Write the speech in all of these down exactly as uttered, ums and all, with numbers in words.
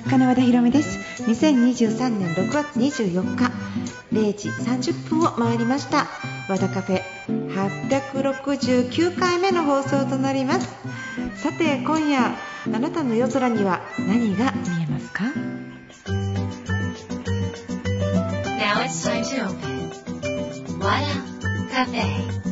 家の和田博美です。にせんにじゅうさんねんろくがつにじゅうよっかれいじさんじゅっぷんを回りました。和田カフェはっぴゃくろくじゅうきゅうかいめの放送となります。さて今夜あなたの夜空には何が見えますか？ Now it's time to open 和田カフェ。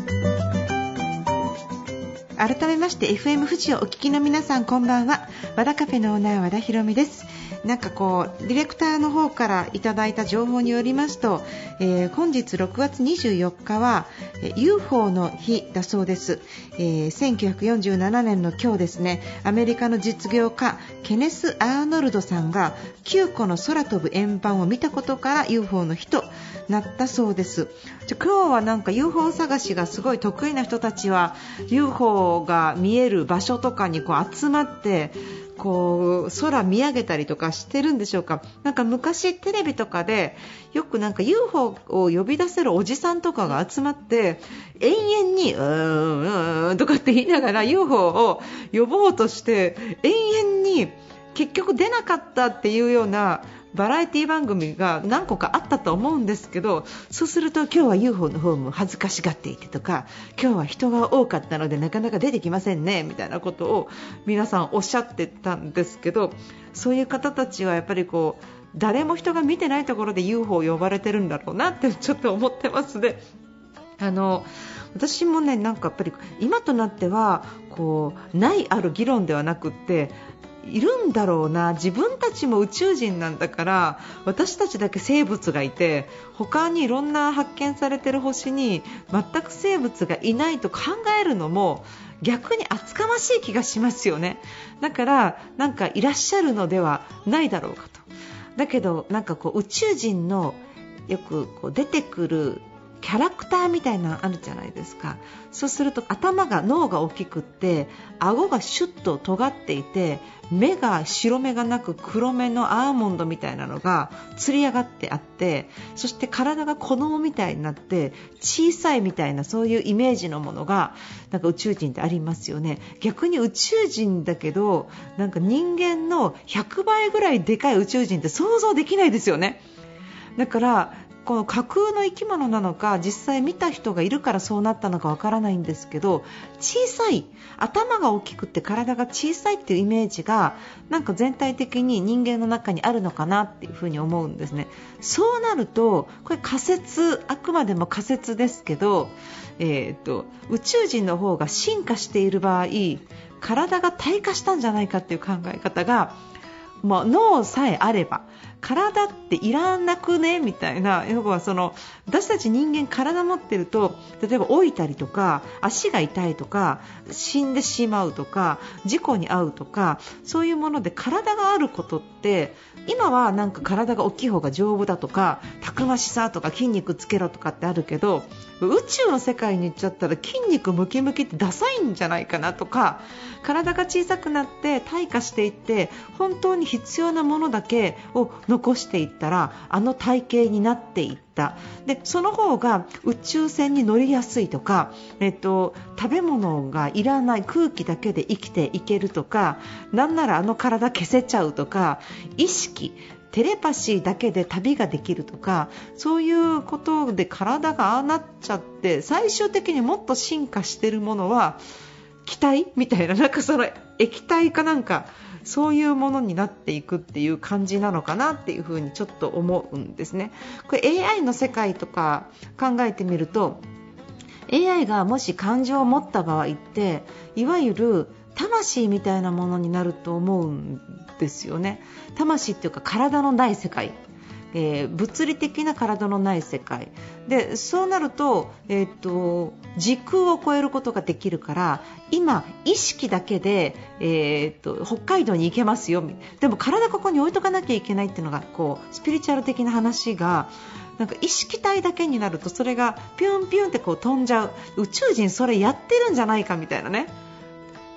改めまして エフエム 富士をお聞きの皆さん、こんばんは。和田カフェのオーナー和田博美です。なんかこうディレクターの方からいただいた情報によりますと、えー、本日ろくがつにじゅうよっかは、えー、ユーフォー の日だそうです。えー、せんきゅうひゃくよんじゅうななねんの今日ですね、アメリカの実業家ケネス・アーノルドさんがきゅうこの空飛ぶ円盤を見たことから ユーフォー の日となったそうです。じゃ今日はなんか ユーフォー 探しがすごい得意な人たちは ユーフォー が見える場所とかにこう集まってこう空見上げたりとかしてるんでしょうか。なんか昔テレビとかでよくなんか ユーフォー を呼び出せるおじさんとかが集まって延々にうーんうーんとかって言いながら ユーフォー を呼ぼうとして延々に結局出なかったっていうようなバラエティ番組が何個かあったと思うんですけど、そうすると今日は ユーフォー の方も恥ずかしがっていてとか、今日は人が多かったのでなかなか出てきませんねみたいなことを皆さんおっしゃってたんですけど、そういう方たちはやっぱりこう誰も人が見てないところで ユーフォー 呼ばれてるんだろうなってちょっと思ってますね。あの私もね、なんかやっぱり今となってはこうないある議論ではなくっているんだろうな、自分たちも宇宙人なんだから私たちだけ生物がいて他にいろんな発見されている星に全く生物がいないと考えるのも逆に厚かましい気がしますよね。だからなんかいらっしゃるのではないだろうかと。だけどなんかこう宇宙人のよくこう出てくるキャラクターみたいなのあるじゃないですか。そうすると頭が脳が大きくって顎がシュッと尖っていて目が白目がなく黒目のアーモンドみたいなのがつり上がってあって、そして体が子供みたいになって小さいみたいな、そういうイメージのものがなんか宇宙人ってありますよね。逆に宇宙人だけどなんか人間のひゃくばいぐらいでかい宇宙人って想像できないですよね。だからこの架空の生き物なのか実際見た人がいるからそうなったのかわからないんですけど、小さい頭が大きくて体が小さいっていうイメージがなんか全体的に人間の中にあるのかなっていうふうに思うんですね。そうなるとこれ仮説、あくまでも仮説ですけど、えーと、宇宙人の方が進化している場合体が退化したんじゃないかっていう考え方が、まあ、脳さえあれば体っていらなくねみたいな、要はその私たち人間体持ってると例えば老いたりとか足が痛いとか死んでしまうとか事故に遭うとか、そういうもので体があることって今はなんか体が大きい方が丈夫だとかたくましさとか筋肉つけろとかってあるけど、宇宙の世界に行っちゃったら筋肉ムキムキってダサいんじゃないかなとか、体が小さくなって退化していって本当に必要なものだけを残していったらあの体型になっていった。でその方が宇宙船に乗りやすいとか、えっと、食べ物がいらない空気だけで生きていけるとか、なんならあの体消せちゃうとか、意識テレパシーだけで旅ができるとか、そういうことで体がああなっちゃって最終的にもっと進化しているものは気体みたいな、なんかその液体かなんかそういうものになっていくっていう感じなのかなっていうふうにちょっと思うんですね。これ エーアイ の世界とか考えてみると エーアイ がもし感情を持った場合っていわゆる魂みたいなものになると思うんですよね。魂っていうか体のない世界、えー、物理的な体のない世界で、そうなると、えーと、時空を超えることができるから、今意識だけで、えーと、北海道に行けますよ。でも体ここに置いとかなきゃいけないっていうのがこうスピリチュアル的な話がなんか意識体だけになるとそれがピュンピュンってこう飛んじゃう。宇宙人それやってるんじゃないかみたいなね。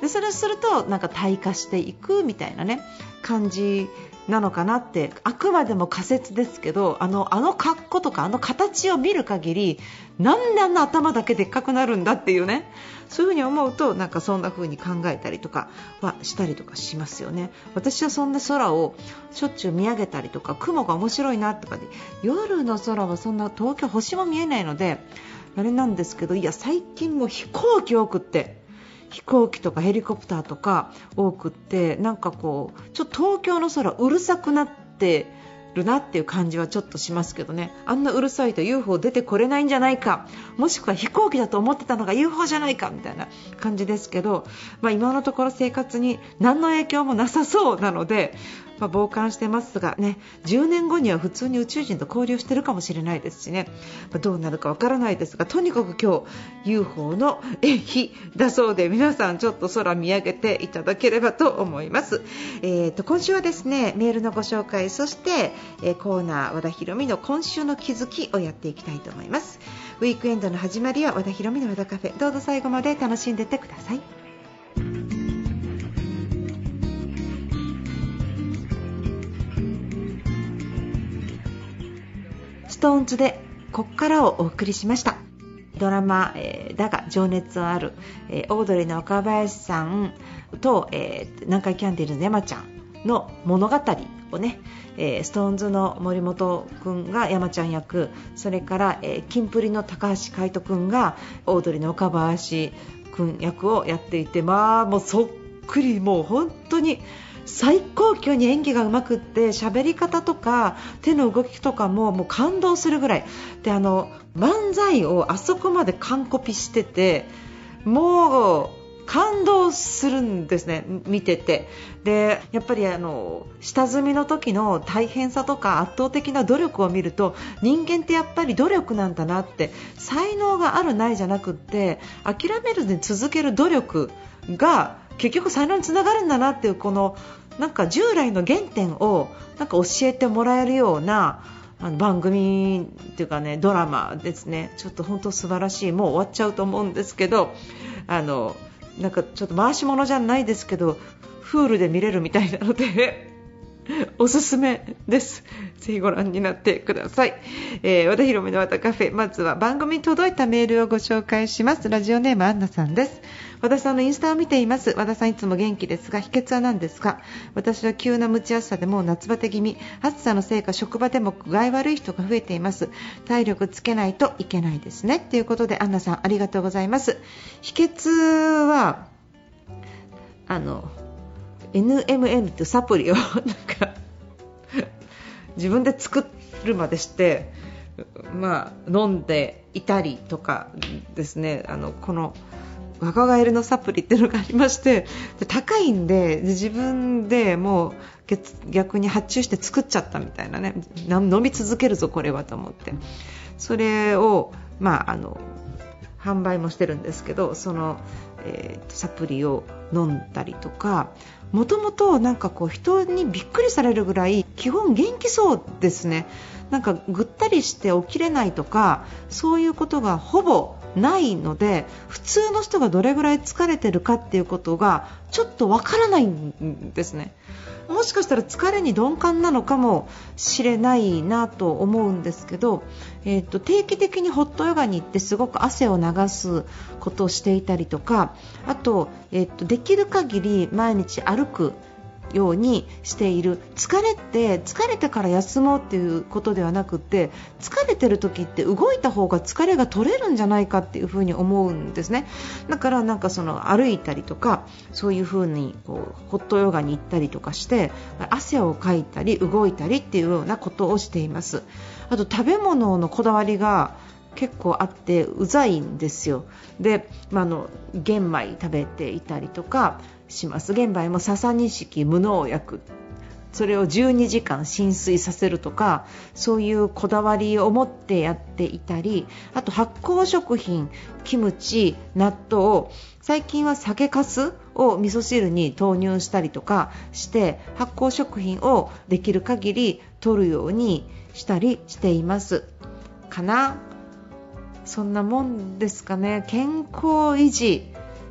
でそれをするとなんか退化していくみたいなね感じなのかなって、あくまでも仮説ですけど、あの、あの格好とかあの形を見る限りなんであんな頭だけでっかくなるんだっていうね、そういうふうに思うとなんかそんな風に考えたりとかはしたりとかしますよね。私はそんな空をしょっちゅう見上げたりとか、雲が面白いなとかで、夜の空はそんな東京星も見えないのであれなんですけど、いや最近も飛行機多くって、飛行機とかヘリコプターとか多くって、なんかこうちょっと東京の空うるさくなってるなっていう感じはちょっとしますけどね。あんなうるさいと ユーフォー 出てこれないんじゃないか、もしくは飛行機だと思ってたのが ユーフォー じゃないかみたいな感じですけど、まあ、今のところ生活に何の影響もなさそうなので、まあ、傍観してますがね、じゅうねんごには普通に宇宙人と交流してるかもしれないですしね、まあ、どうなるかわからないですが、とにかく今日 ユーフォー の日だそうで、皆さんちょっと空見上げていただければと思います。えーと、今週はですね、メールのご紹介、そして、えー、コーナー和田ひろみの今週の気づきをやっていきたいと思います。ウィークエンドの始まりは和田ひろみの和田カフェ、どうぞ最後まで楽しんでってください。ストーンズでこっからをお送りしました。ドラマ、えー、だが情熱はある、えー、オードリーの若林さんと、えー、南海キャンディーズの山ちゃんの物語をね、えー、ストーンズの森本くんが山ちゃん役、それから、えー、キンプリの高橋海人くんがオードリーの若林くん役をやっていて、まあもうそっくり、もう本当に最高級に演技がうまくって、喋り方とか手の動きとかももう感動するぐらいで、あの漫才をあそこまで完コピしてて、もう感動するんですね、見てて。でやっぱりあの下積みの時の大変さとか圧倒的な努力を見ると、人間ってやっぱり努力なんだなって、才能があるないじゃなくって、諦めるに続ける努力が結局才能につながるんだなっていう、このなんか従来の原点をなんか教えてもらえるようなあの番組っていうかね、ドラマですね。ちょっと本当素晴らしい。もう終わっちゃうと思うんですけど、あのなんかちょっと回し物じゃないですけど、フールで見れるみたいなのでおすすめです。ぜひご覧になってください。えー、和田ひろみの和田カフェ、まずは番組に届いたメールをご紹介します。ラジオネームアンナさんです。和田さんのインスタを見ています。和田さんいつも元気ですが、秘訣は何ですか？私は急な蒸し暑さでもう夏バテ気味、暑さのせいか職場でも具合悪い人が増えています。体力つけないといけないですね、ということでアンナさんありがとうございます。秘訣はあの エヌエムエヌ というサプリをなんか自分で作るまでして、まあ、飲んでいたりとかですね。あのこの若返りのサプリっていうのがありまして、で高いんで自分でもう逆に発注して作っちゃったみたいなね、飲み続けるぞこれはと思って、それを、まあ、あの販売もしてるんですけど、その、えー、サプリを飲んだりとか、もともとなんかこう人にびっくりされるぐらい基本元気そうですね。なんかぐったりして起きれないとかそういうことがほぼないので、普通の人がどれぐらい疲れてるかっていうことがちょっとわからないんですね。もしかしたら疲れに鈍感なのかもしれないなと思うんですけど、えーと、定期的にホットヨガに行ってすごく汗を流すことをしていたりとか、あと、えーと、できる限り毎日歩くようにしている。疲れって疲れてから休もうっていうことではなくて、疲れてる時って動いた方が疲れが取れるんじゃないかっていうふうに思うんですね。だからなんかその歩いたりとかそういうふうにこうホットヨガに行ったりとかして汗をかいたり動いたりっていうようなことをしています。あと食べ物のこだわりが結構あってうざいんですよ。で、まあ、あの玄米食べていたりとかします。玄米も笹錦無農薬、それをじゅうにじかん浸水させるとか、そういうこだわりを持ってやっていたり、あと発酵食品、キムチ、納豆、最近は酒粕を味噌汁に投入したりとかして発酵食品をできる限り取るようにしたりしていますかな。そんなもんですかね。健康維持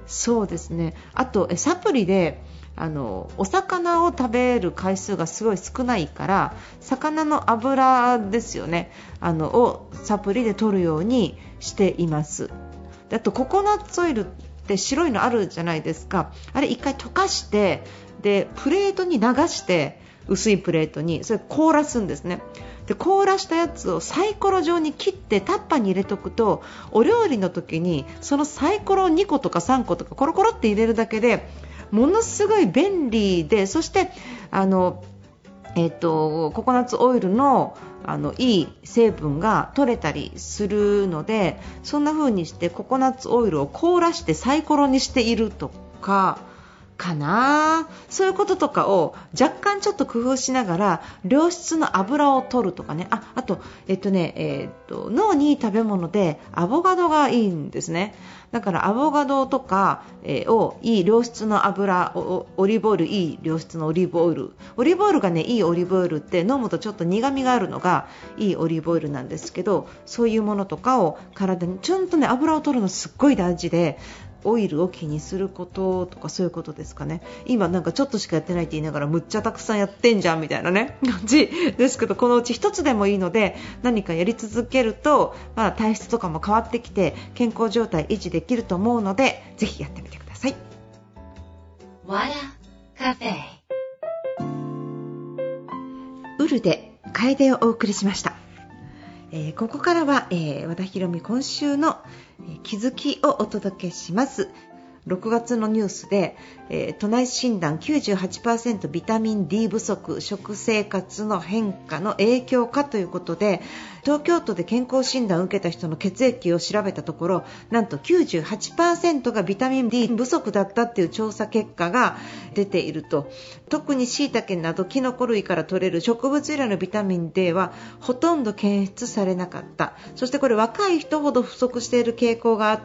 そうですね。あとえサプリであのお魚を食べる回数がすごい少ないから魚の油ですよね、あのをサプリで摂るようにしています。であとココナッツオイルって白いのあるじゃないですか。あれ一回溶かしてでプレートに流して薄いプレートにそれ凍らすんですね。で凍らしたやつをサイコロ状に切ってタッパーに入れとくとお料理の時にそのサイコロをにことかさんことかコロコロって入れるだけでものすごい便利で、そしてあの、えーと、ココナッツオイルの、あのいい成分が取れたりするので、そんな風にしてココナッツオイルを凍らしてサイコロにしているとかかな、そういうこととかを若干ちょっと工夫しながら良質の油を取るとかね。 あ, あと,、えっとねえっと脳にいい食べ物でアボカドがいいんですね。だからアボカドとか、えー、をいい良質の油、オリーブオイル、いい良質のオリーブオイル、オリーブオイルがねいいオリーブオイルって飲むとちょっと苦味があるのがいいオリーブオイルなんですけど、そういうものとかを体にちゃんとね油を取るのすっごい大事で、オイルを気にすることとかそういうことですかね。今なんかちょっとしかやってないって言いながらむっちゃたくさんやってんじゃんみたいなね感じですけど、このうち一つでもいいので何かやり続けると、まあ、体質とかも変わってきて健康状態維持できると思うのでぜひやってみてください。 わらカフェウルで楓をお送りしました。えー、ここからは、えー、和田ひろみ今週の、えー、気づきをお届けします。ろくがつのニュースで、えー、都内診断 きゅうじゅうはちパーセント ビタミン D 不足、食生活の変化の影響かということで、東京都で健康診断を受けた人の血液を調べたところ、なんと きゅうじゅうはちパーセント がビタミン D 不足だったっていう調査結果が出ていると。特に椎茸などキノコ類から取れる植物由来のビタミン D はほとんど検出されなかった。そしてこれ若い人ほど不足している傾向があって、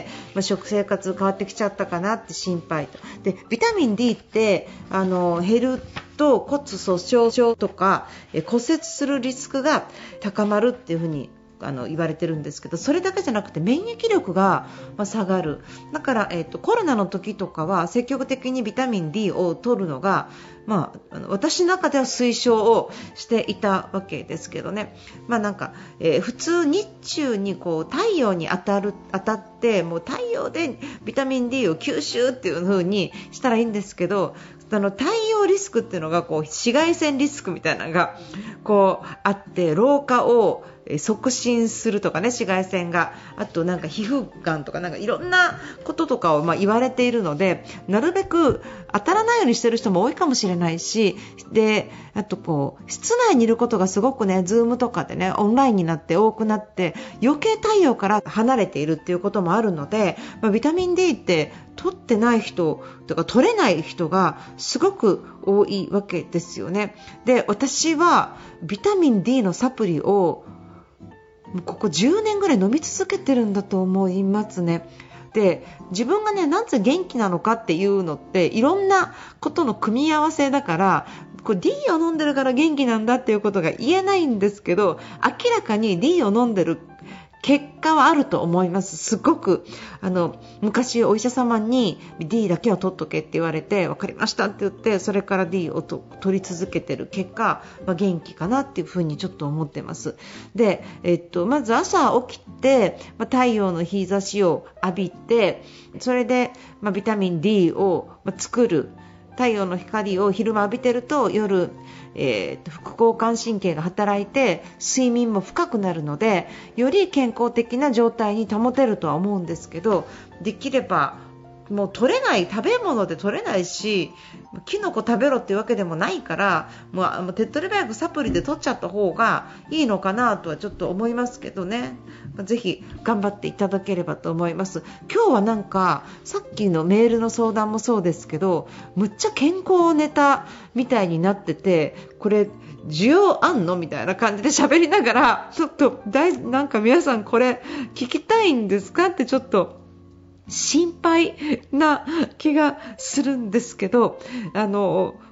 まあ、食生活変わってきちゃったかなって心配と。でビタミン D ってあの減ると骨粗鬆症とかえ骨折するリスクが高まるっていうふうにあの言われてるんですけど、それだけじゃなくて免疫力が下がる。だから、えーと、コロナの時とかは積極的にビタミン D を取るのが、まあ、あの私の中では推奨をしていたわけですけどね。まあなんかえー、普通日中にこう太陽に当たる当たってもう太陽でビタミン D を吸収っていう風にしたらいいんですけど、あの太陽リスクっていうのがこう紫外線リスクみたいなのがこうあって、老化を促進するとかね、紫外線が、あとなんか皮膚がんとかなんかいろんなこととかをまあ言われているので、なるべく当たらないようにしている人も多いかもしれないし、であとこう室内にいることがすごくね、ズームとかでねオンラインになって多くなって余計太陽から離れているっていうこともあるので、まあ、ビタミン D って取ってない人とか取れない人がすごく多いわけですよね。で私はビタミン D のサプリをここじゅうねんぐらい飲み続けてるんだと思いますね。で自分がねなんで元気なのかっていうのっていろんなことの組み合わせだから、これ D を飲んでるから元気なんだっていうことが言えないんですけど、明らかに D を飲んでる結果はあると思います。すごくあの昔お医者様に D だけは取っとけって言われて、分かりましたって言ってそれから D をと取り続けてる結果、まあ、元気かなっていうふうにちょっと思ってます。で、えっと、まず朝起きて、まあ、太陽の日差しを浴びて、それで、まあ、ビタミン D を作る。太陽の光を昼間浴びてると夜、えー、副交感神経が働いて睡眠も深くなるので、より健康的な状態に保てるとは思うんですけど、できればもう取れない、食べ物で取れないしキノコ食べろっていうわけでもないから、もう手っ取り早くサプリで取っちゃった方がいいのかなとはちょっと思いますけどね。ぜひ頑張っていただければと思います。今日はなんかさっきのメールの相談もそうですけど、むっちゃ健康ネタみたいになってて、これ需要あんのみたいな感じで喋りながら、ちょっとだいなんか皆さんこれ聞きたいんですかってちょっと心配な気がするんですけど、あの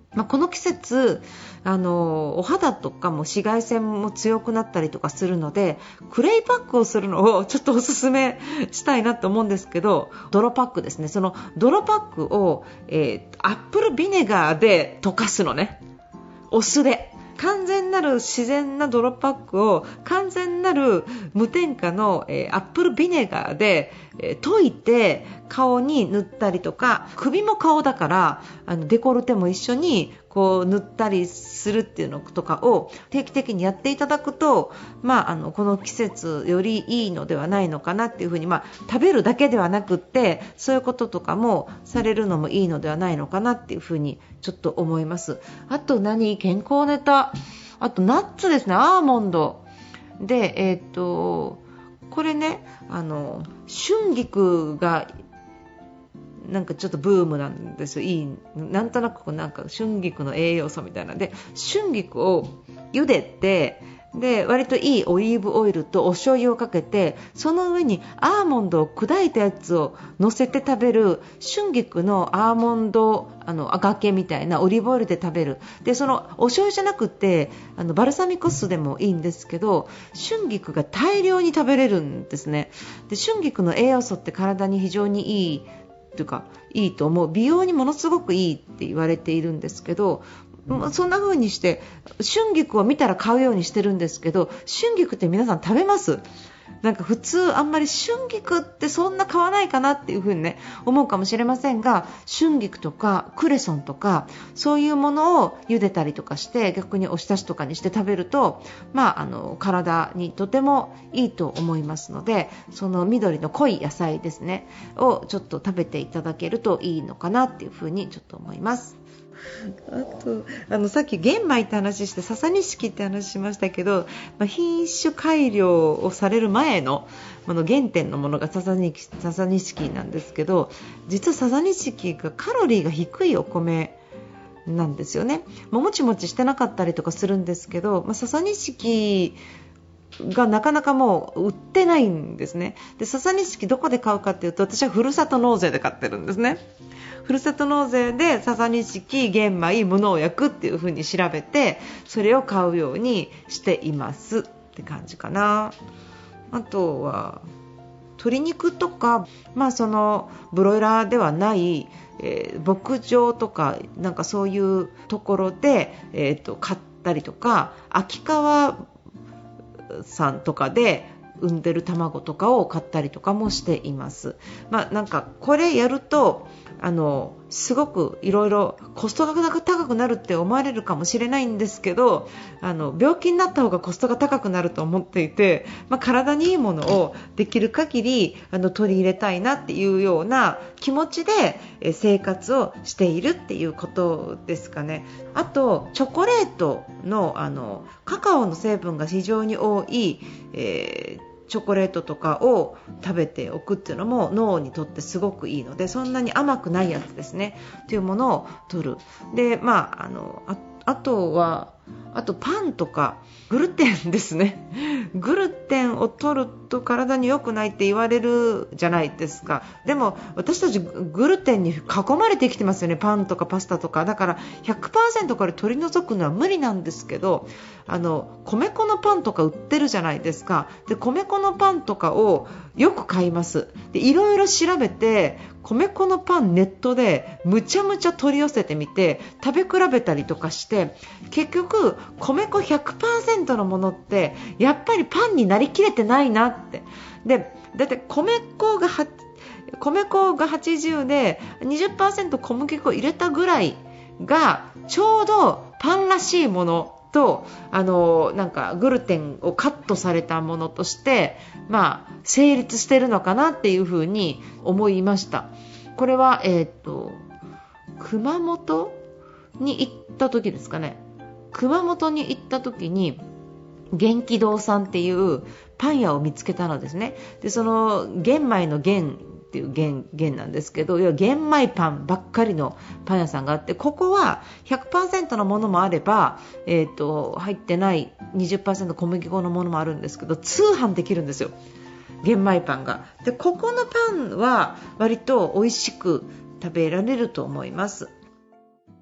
まあ、この季節あのお肌とかも紫外線も強くなったりとかするので、クレイパックをするのをちょっとおすすめしたいなと思うんですけど、泥パックですね。その泥パックを、えー、アップルビネガーで溶かすのね。お酢で完全なる自然な泥パックを完全なる無添加の、えー、アップルビネガーで、えー、溶いて顔に塗ったりとか、首も顔だからあのデコルテも一緒にこう塗ったりするっていうのとかを定期的にやっていただくと、まあ、あのこの季節よりいいのではないのかなっていうふうに、まあ、食べるだけではなくってそういうこととかもされるのもいいのではないのかなっていうふうにちょっと思います。あと何健康ネタ、あとナッツですね。アーモンドで、えー、っとこれね、あの春菊がなんかちょっとブームなんですよ。いい、なんとなくなんか春菊の栄養素みたいなで、春菊を茹でて、で割といいオリーブオイルとお醤油をかけて、その上にアーモンドを砕いたやつを乗せて食べる春菊のアーモンドあのがけみたいなオリーブオイルで食べる。でそのお醤油じゃなくてあのバルサミコ酢でもいいんですけど、春菊が大量に食べれるんですね。で春菊の栄養素って体に非常にいいというかいいと思う。美容にものすごくいいって言われているんですけど、そんな風にして春菊を見たら買うようにしてるんですけど、春菊って皆さん食べます？なんか普通あんまり春菊ってそんな買わないかなっていう風にね思うかもしれませんが、春菊とかクレソンとかそういうものを茹でたりとかして逆におひたしとかにして食べると、まあ、あの体にとてもいいと思いますので、その緑の濃い野菜ですねをちょっと食べていただけるといいのかなっていう風にちょっと思います。あとあのさっき玄米って話して笹錦って話しましたけど、まあ、品種改良をされる前のあの原点のものが笹錦、笹錦なんですけど、実は笹錦がカロリーが低いお米なんですよね。も, もちもちしてなかったりとかするんですけど、まあ、笹錦がなかなかもう売ってないんですね。で笹錦どこで買うかっていうと、私はふるさと納税で買ってるんですね。ふるさと納税で笹錦、玄米、無農薬っていう風に調べてそれを買うようにしていますって感じかな。あとは鶏肉とか、まあ、そのブロイラーではない、えー、牧場とかなんかそういうところで、えー、と買ったりとか、秋川さんとかで産んでる卵とかを買ったりとかもしています。まあ、なんかこれやるとあのすごくいろいろコストが高くなるって思われるかもしれないんですけど、あの病気になった方がコストが高くなると思っていて、まあ、体にいいものをできる限りあの取り入れたいなっていうような気持ちで生活をしているっていうことですかね。あとチョコレート の, あのカカオの成分が非常に多い、えーチョコレートとかを食べておくっていうのも脳にとってすごくいいので、そんなに甘くないやつですねっていうものを取る。で、まあ、あの あ, あとはあとパンとかグルテンですね。グルテンを取ると体に良くないって言われるじゃないですか。でも私たちグルテンに囲まれてきてますよね。パンとかパスタとかだから ひゃくパーセント これ取り除くのは無理なんですけど、あの米粉のパンとか売ってるじゃないですか。で米粉のパンとかをよく買います。でいろいろ調べて米粉のパンネットでむちゃむちゃ取り寄せてみて食べ比べたりとかして、結局米粉 ひゃくパーセント のものってやっぱりパンになりきれてないなって。でだって米粉が米粉がはちじゅうで にじゅっパーセント 小麦粉入れたぐらいがちょうどパンらしいものと、あのなんかグルテンをカットされたものとして、まあ、成立してるのかなっていうふうに思いました。これは、えー、と熊本に行った時ですかね。熊本に行った時に元気堂さんっていうパン屋を見つけたのですね。でその玄米の玄っていう玄玄なんですけど、要は玄米パンばっかりのパン屋さんがあって、ここは ひゃくパーセント のものもあれば、えー、と入ってない にじゅっパーセント 小麦粉のものもあるんですけど、通販できるんですよ、玄米パンが。でここのパンは割と美味しく食べられると思います。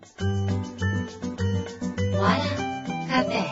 Wada Cafe。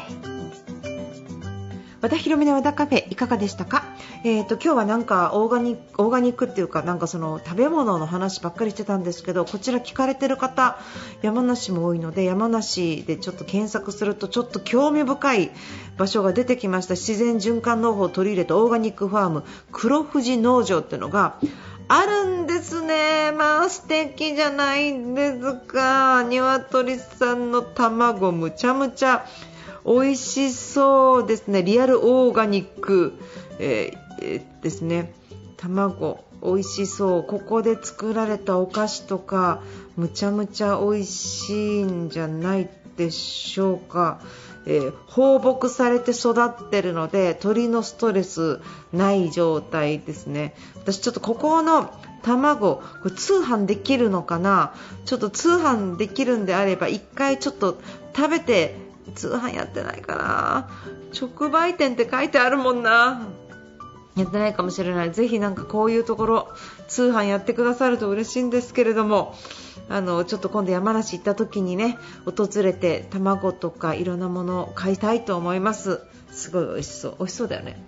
和田ひろみの和田カフェいかがでしたか？えーと、今日はなんかオーガニック、オーガニックっていうかなんかその食べ物の話ばっかりしてたんですけど、こちら聞かれてる方山梨も多いので、山梨でちょっと検索するとちょっと興味深い場所が出てきました。自然循環農法を取り入れたオーガニックファーム黒富士農場っていうのがあるんですね。まあ素敵じゃないですか。鶏さんの卵むちゃむちゃ美味しそうですね。リアルオーガニック、えーえー、ですね。卵美味しそう。ここで作られたお菓子とかむちゃむちゃ美味しいんじゃないでしょうか。えー、放牧されて育ってるので鳥のストレスない状態ですね。私ちょっとここの卵これ通販できるのかな。ちょっと通販できるんであれば一回ちょっと食べて、通販やってないかな。直売店って書いてあるもんな。やってないかもしれない。ぜひなんかこういうところ通販やってくださると嬉しいんですけれども、あのちょっと今度山梨行った時にね訪れて卵とかいろんなものを買いたいと思います。すごい美味しそう。美味しそうだよね。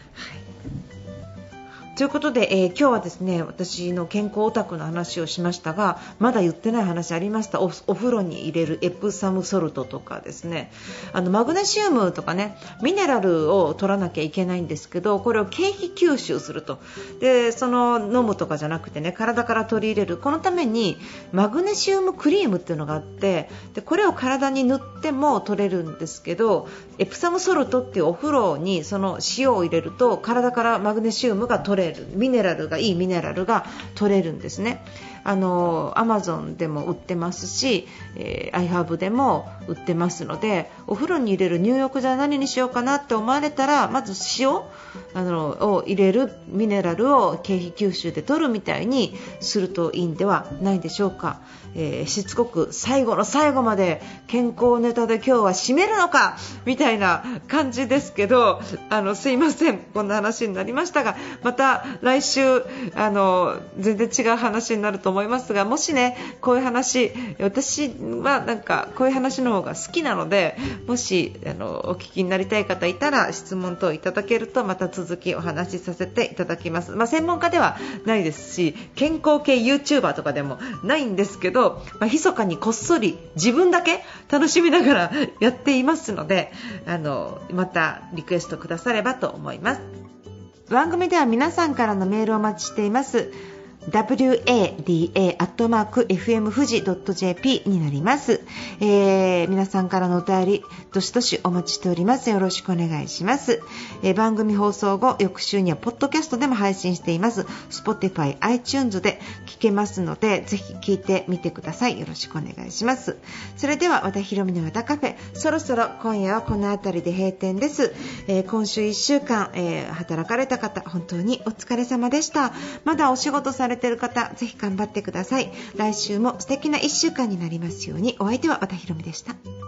ということで、えー、今日はですね私の健康オタクの話をしましたが、まだ言ってない話ありました。 お, お風呂に入れるエプサムソルトとかですね、あのマグネシウムとかねミネラルを取らなきゃいけないんですけど、これを経費吸収すると。でその飲むとかじゃなくてね体から取り入れる。このためにマグネシウムクリームっていうのがあって、でこれを体に塗っても取れるんですけど、エプサムソルトっていうお風呂にその塩を入れると体からマグネシウムが取れる、ミネラルがいいミネラルが取れるんですね。あのアマゾンでも売ってますし、えー、アイハーブでも売ってますので、お風呂に入れる入浴剤何にしようかなって思われたら、まず塩あのを入れる、ミネラルを経費吸収で取るみたいにするといいんではないでしょうか。えー、しつこく最後の最後まで健康ネタで今日は締めるのかみたいな感じですけど、あのすいませんこんな話になりましたが、また来週あの全然違う話になると思いますが、もしねこういう話、私はなんかこういう話の方が好きなので、もしあのお聞きになりたい方いたら質問等いただけるとまた続きお話しさせていただきます。まあ、専門家ではないですし健康系 YouTuber とかでもないんですけど、まあ、密かにこっそり自分だけ楽しみながらやっていますので、あのまたリクエストくださればと思います。番組では皆さんからのメールをお待ちしています。ダブリューエーディーエー アットマーク エフエムフジドットジェーピー になります。えー、皆さんからのお便りどしどしお待ちしております。よろしくお願いします。えー、番組放送後翌週にはポッドキャストでも配信しています。 Spotify、iTunes で聞けますのでぜひ聞いてみてください。よろしくお願いします。それでは和田ひろみの和田カフェ、そろそろ今夜はこのあたりで閉店です。えー、今週いっしゅうかん、えー、働かれた方本当にお疲れ様でした。まだお仕事されている方ぜひ頑張ってください。来週も素敵ないっしゅうかんになりますように。お相手は和田ひろみでした。